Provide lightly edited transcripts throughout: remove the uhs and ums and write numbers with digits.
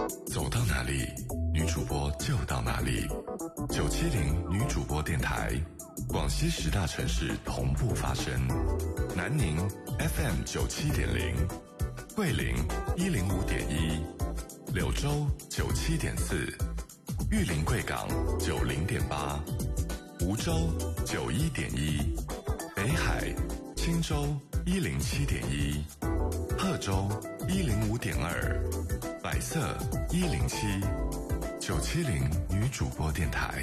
走到哪里，女主播就到哪里。970女主播电台，广西10大城市同步发声。南宁 FM 97.0，桂林105.1，柳州97.4，玉林贵港90.8，梧州91.1，北海青州107.1，贺州105.2，百色107，970女主播电台。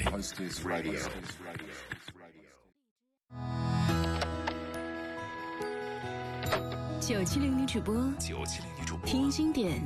970女主播，听经典，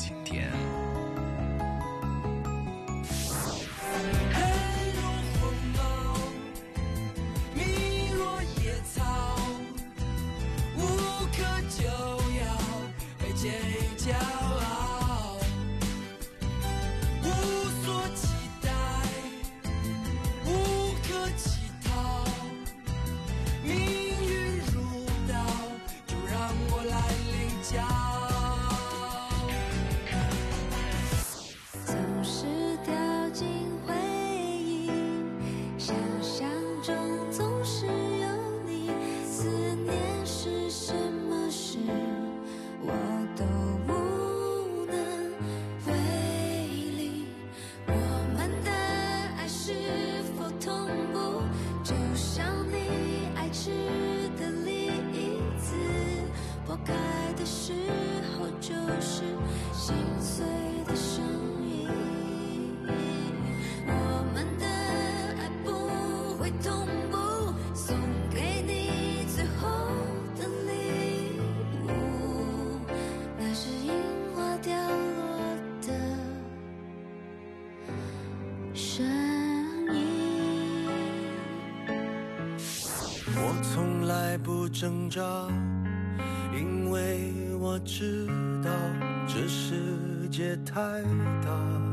不挣扎，因为我知道这世界太大，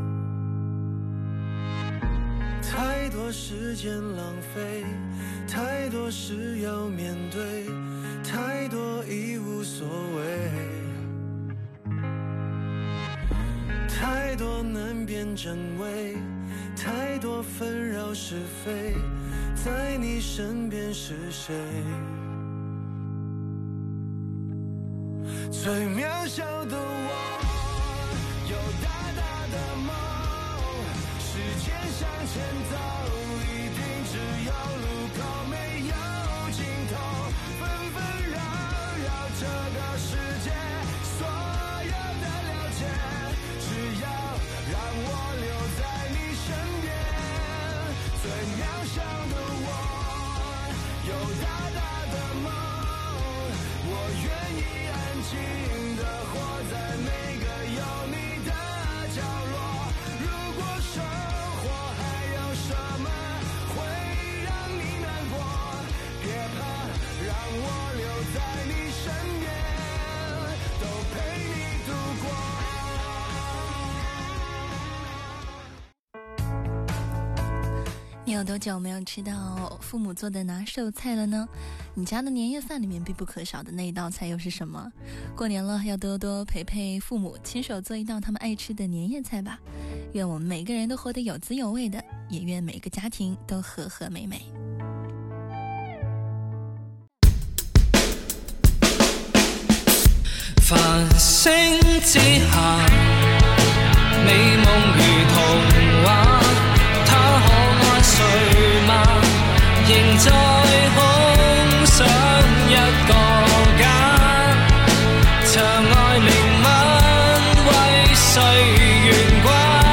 太多时间浪费，太多事要面对，太多已无所谓，太多难辨真伪，太多纷扰是非，在你身边是谁？最渺小的我，有大大的梦，时间向前走，一定只有路口没有尽头，纷纷扰扰这个世界，所有的了解，只要让我留在你身边。最渺小的我，有大大的梦，我愿意安静地活在每个有你的角落。如果生活还有什么会让你难过，别怕，让我留在你身边，都陪你度过。 你有多久没有吃到父母做的拿手菜了呢？你家的年夜饭里面必不可少的那一道菜又是什么？过年了，要多多陪父母，亲手做一道他们爱吃的年夜菜吧。愿我们每个人都活得有滋有味的，也愿每个家庭都和和美美。 繁星之下，美夢如童話，他可愛誰嗎？仍在空想一個家，長愛靈吻為誰懸掛，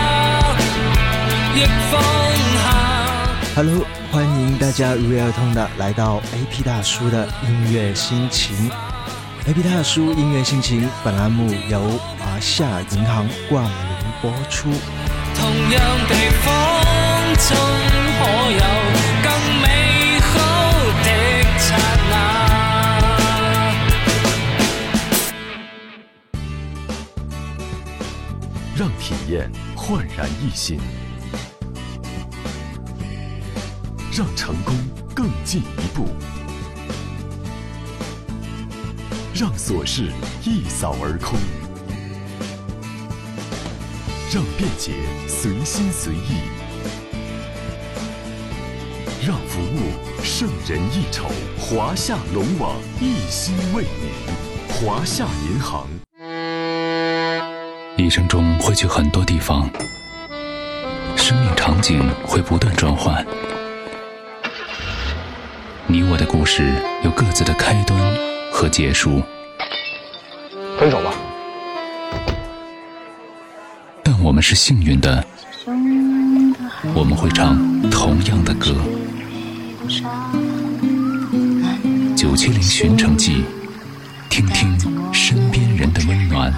逆風下。 Hello， 歡迎大家如約而通的來到 AP 大叔的音樂心情。AP 大叔音樂心情本欄目由華夏銀行冠名播出。 同樣地方中可有更美好的剎那， 讓體驗煥然一新，讓成功更進一步，讓瑣事一掃而空。 让便捷随心随意，让服务胜人一筹。华夏龙网一心为您，华夏银行。 一生中会去很多地方，生命场景会不断转换，你我的故事有各自的开端和结束。 分手吧。 但我们是幸运的，我们会唱同样的歌。970寻城记，听听身边人的温暖。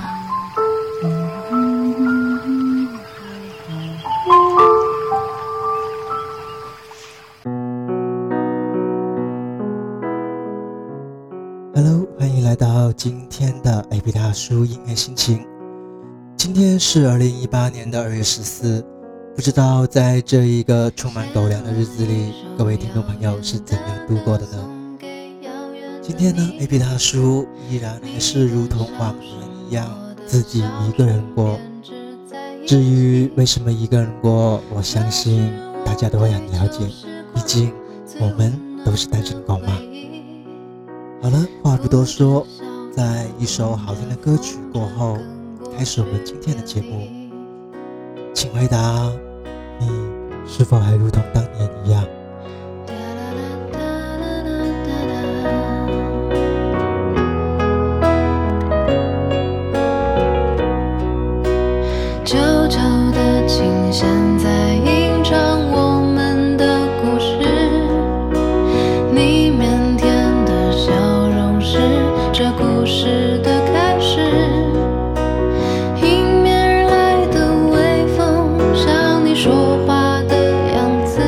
Hello， 欢迎来到今天的 AP 大叔音乐心情。今天是2018年的2月14，不知道在这一个充满狗粮的日子里，各位听众朋友是怎样度过的呢？今天呢 AP 大叔依然还是如同往年一样，自己一个人过。至于为什么一个人过，我相信大家都会很了解，毕竟我们都是单身狗嘛。好了，话不多说，在一首好听的歌曲过后，开始我们今天的节目。请回答，你是否还如同当年一样？ 久久的琴弦在吟唱我们的故事，你腼腆的笑容是这故事的开始。迎面而来的微风，像你说话的样子，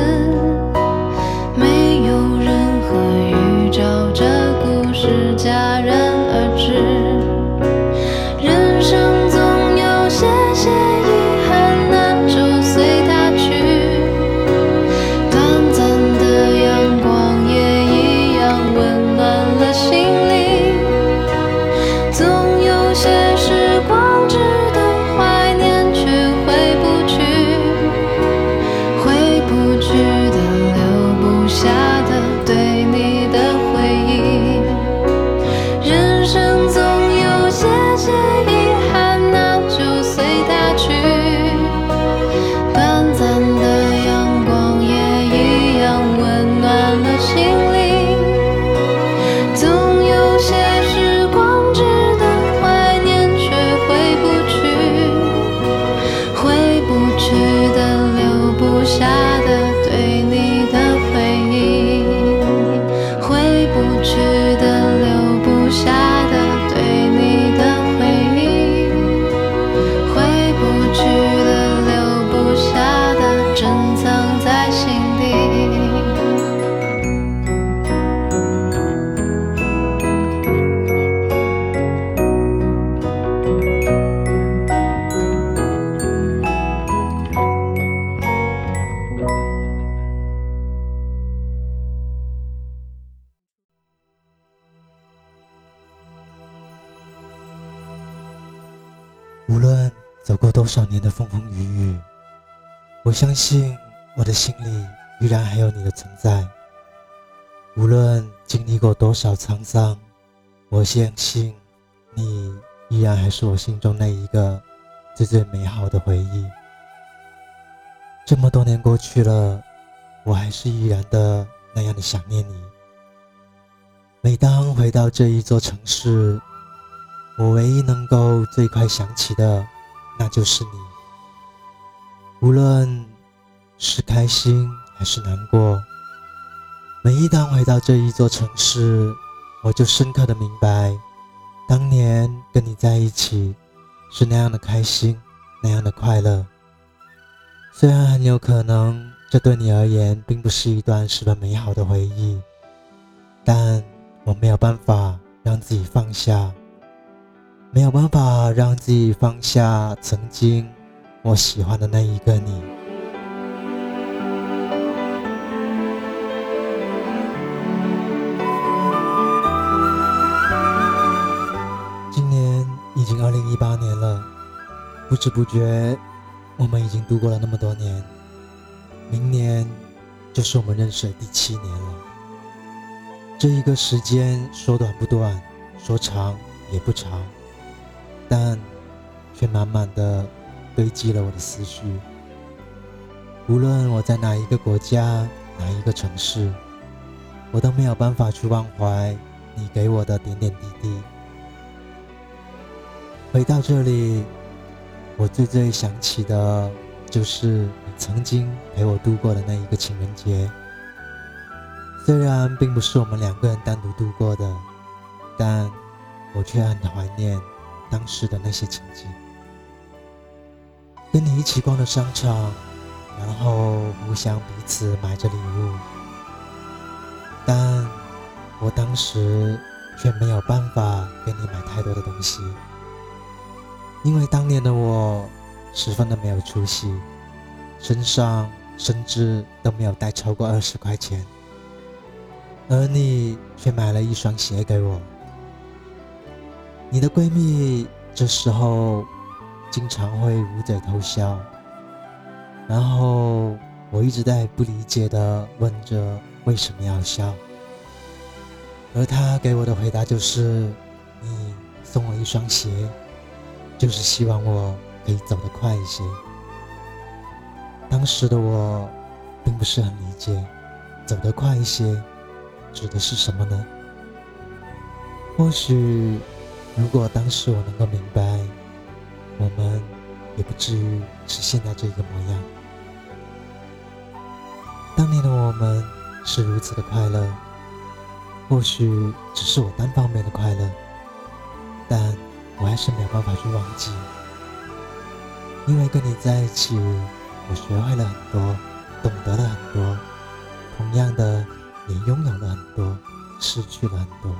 没有任何预兆，这故事戛然而止。人生总有些遗憾，那就随它去。短暂的阳光也一样温暖了心灵。总有些时光值得怀念，却回不去，回不去的，留不下的，对你的回忆。人生总有些遗憾，那就随它去。短暂的阳光也一样温暖了心灵。总有些时光值得怀念，却回不去，回不去的，留不下的，对你的回忆。回不去的，留不下的，对你的回忆。回不去的，留不下的，珍藏在心底。 无论走过多少年的风风雨雨，我相信我的心里依然还有你的存在。无论经历过多少沧桑，我相信你依然还是我心中那一个最美好的回忆。这么多年过去了，我还是依然的那样的想念你。每当回到这一座城市，我唯一能够最快想起的，那就是你。无论是开心还是难过，每一当回到这一座城市，我就深刻的明白，当年跟你在一起是那样的开心，那样的快乐。虽然很有可能这对你而言并不是一段十分美好的回忆，但我没有办法让自己放下，没有办法让自己放下曾经我喜欢的那一个你。今年已经2018年了，不知不觉我们已经度过了那么多年，明年就是我们认识的第7年了。这一个时间说短不短，说长也不长，但却满满的堆积了我的思绪。无论我在哪一个国家，哪一个城市，我都没有办法去忘怀你给我的点点滴滴。回到这里，我最想起的就是你曾经陪我度过的那一个情人节。虽然并不是我们2个人单独度过的，但我却很怀念当时的那些情景。跟你一起逛的商场，然后互相彼此买着礼物，但我当时却没有办法给你买太多的东西，因为当年的我十分的没有出息，身上甚至都没有带超过20块钱，而你却买了一双鞋给我。你的闺蜜这时候经常会捂嘴偷笑，然后我一直在不理解地问着为什么要笑，而她给我的回答就是你送我一双鞋，就是希望我可以走得快一些。当时的我并不是很理解走得快一些指的是什么呢？或许如果当时我能够明白，我们也不至于是现在这个模样。当年的我们是如此的快乐，或许只是我单方面的快乐，但我还是没有办法去忘记。因为跟你在一起，我学会了很多，懂得了很多，同样的也拥有了很多，失去了很多。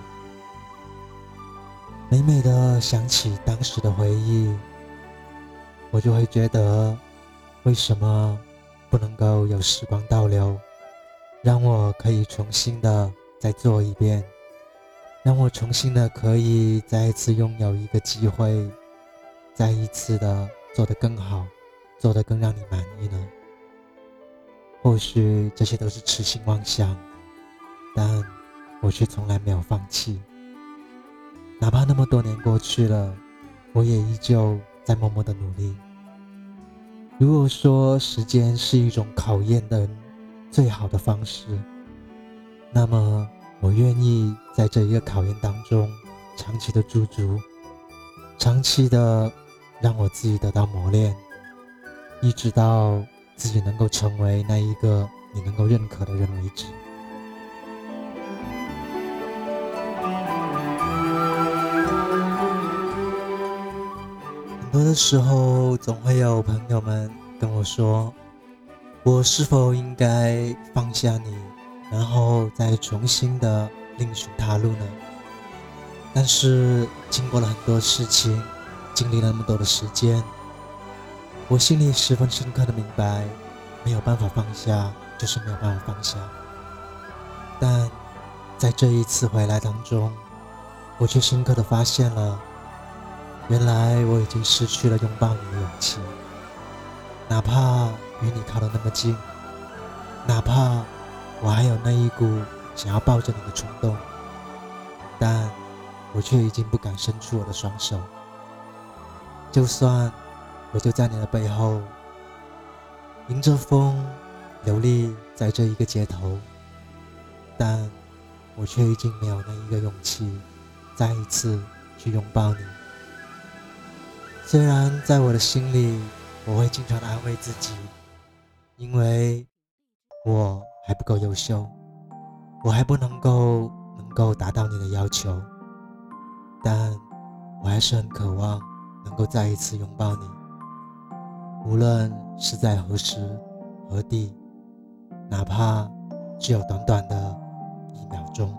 每每的想起当时的回忆，我就会觉得为什么不能够有时光倒流，让我可以重新的再做一遍，让我重新的可以再一次拥有一个机会，再一次的做得更好，做得更让你满意呢？或许这些都是痴心妄想，但我却从来没有放弃。哪怕那么多年过去了，我也依旧在默默的努力。如果说时间是一种考验的最好的方式，那么我愿意在这一个考验当中长期的驻足，长期的让我自己得到磨练，一直到自己能够成为那一个你能够认可的人为止。很多的时候总会有朋友们跟我说，我是否应该放下你，然后再重新的另寻他路呢？但是经过了很多事情，经历了那么多的时间，我心里十分深刻的明白，没有办法放下就是没有办法放下。但在这一次回来当中，我却深刻的发现了，原来我已经失去了拥抱你的勇气。哪怕与你靠得那么近，哪怕我还有那一股想要抱着你的冲动，但我却已经不敢伸出我的双手。就算我就在你的背后，迎着风游历在这一个街头，但我却已经没有那一个勇气再一次去拥抱你。虽然在我的心里，我会经常的安慰自己，因为我还不够优秀，我还不能够达到你的要求，但我还是很渴望能够再一次拥抱你，无论是在何时何地，哪怕只有短短的1秒钟。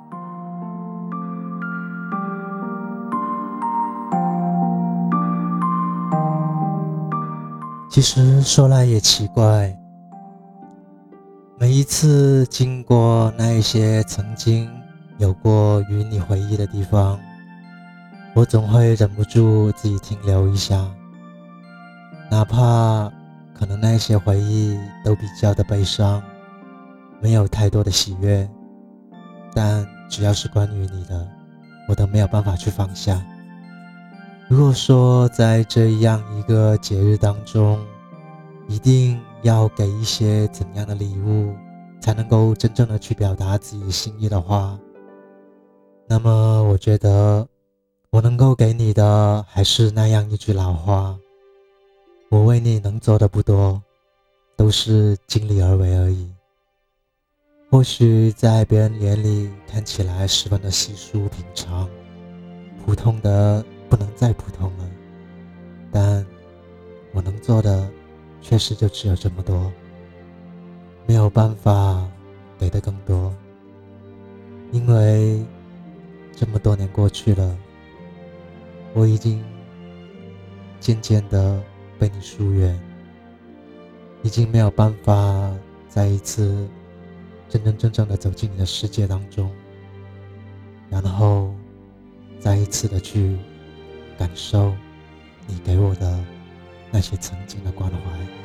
其实说来也奇怪，每一次经过那一些曾经有过与你回忆的地方，我总会忍不住自己停留一下， 哪怕可能那些回忆都比较的悲伤，没有太多的喜悦，但只要是关于你的，我都没有办法去放下。如果说在这样一个节日当中，一定要给一些怎样的礼物才能够真正的去表达自己的心意的话，那么我觉得我能够给你的还是那样一句老话，我为你能做的不多，都是尽力而为而已。或许在别人眼里看起来十分的稀疏平常，普通的不能再普通了，但我能做的确实就只有这么多，没有办法给的更多。因为这么多年过去了，我已经渐渐的被你疏远，已经没有办法再一次真真正正的走进你的世界当中，然后再一次的去感受你给我的那些曾经的关怀。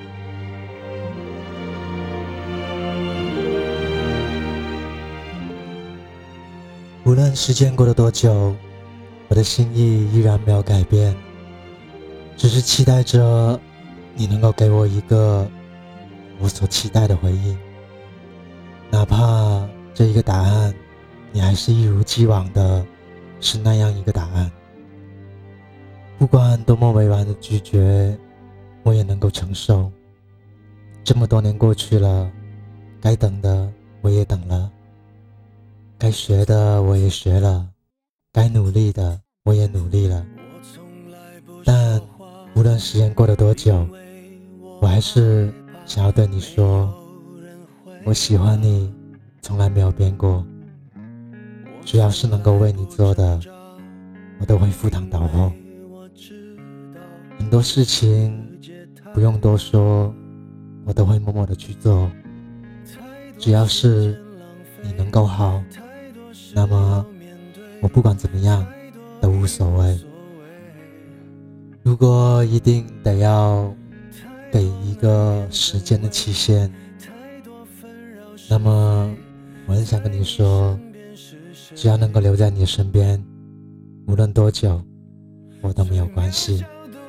无论时间过了多久，我的心意依然没有改变，只是期待着你能够给我一个我所期待的回应，哪怕这一个答案你还是一如既往的是那样一个答案。不管多么委婉的拒绝，我也能够承受。这么多年过去了，该等的我也等了，该学的我也学了，该努力的我也努力了。但无论时间过了多久，我还是想要对你说，我喜欢你从来没有变过，只要是能够为你做的，我都会赴汤蹈火。很多事情不用多说，我都会默默的去做，只要是你能够好，那么我不管怎么样都无所谓。如果一定得要给一个时间的期限，那么我很想跟你说，只要能够留在你身边，无论多久我都没有关系。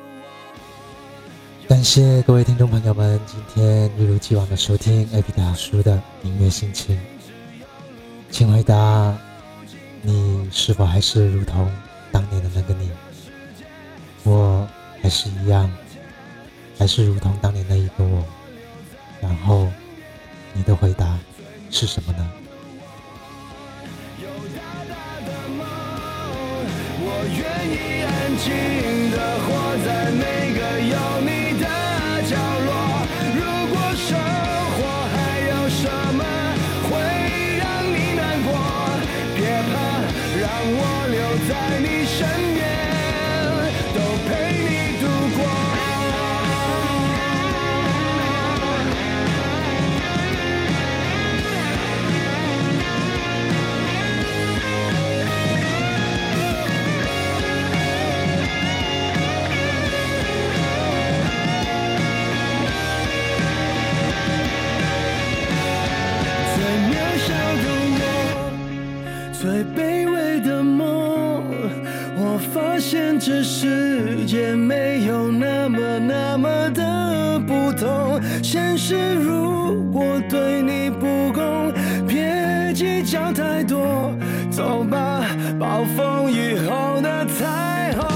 感谢各位听众朋友们今天一如既往的收听 AP 大叔的音乐心情。请回答，你是否还是如同当年的那个你？我还是一样，还是如同当年那一个我？然后你的回答是什么呢？ 有大大的梦，我愿意安静地活在每个有你的角落。如果生活还有什么会让你难过，别怕，让我留在你身边，都陪你度过。最卑微的梦，我发现这世界没有那么的不同。现实如果对你不公，别计较太多，走吧，暴风雨后的彩虹。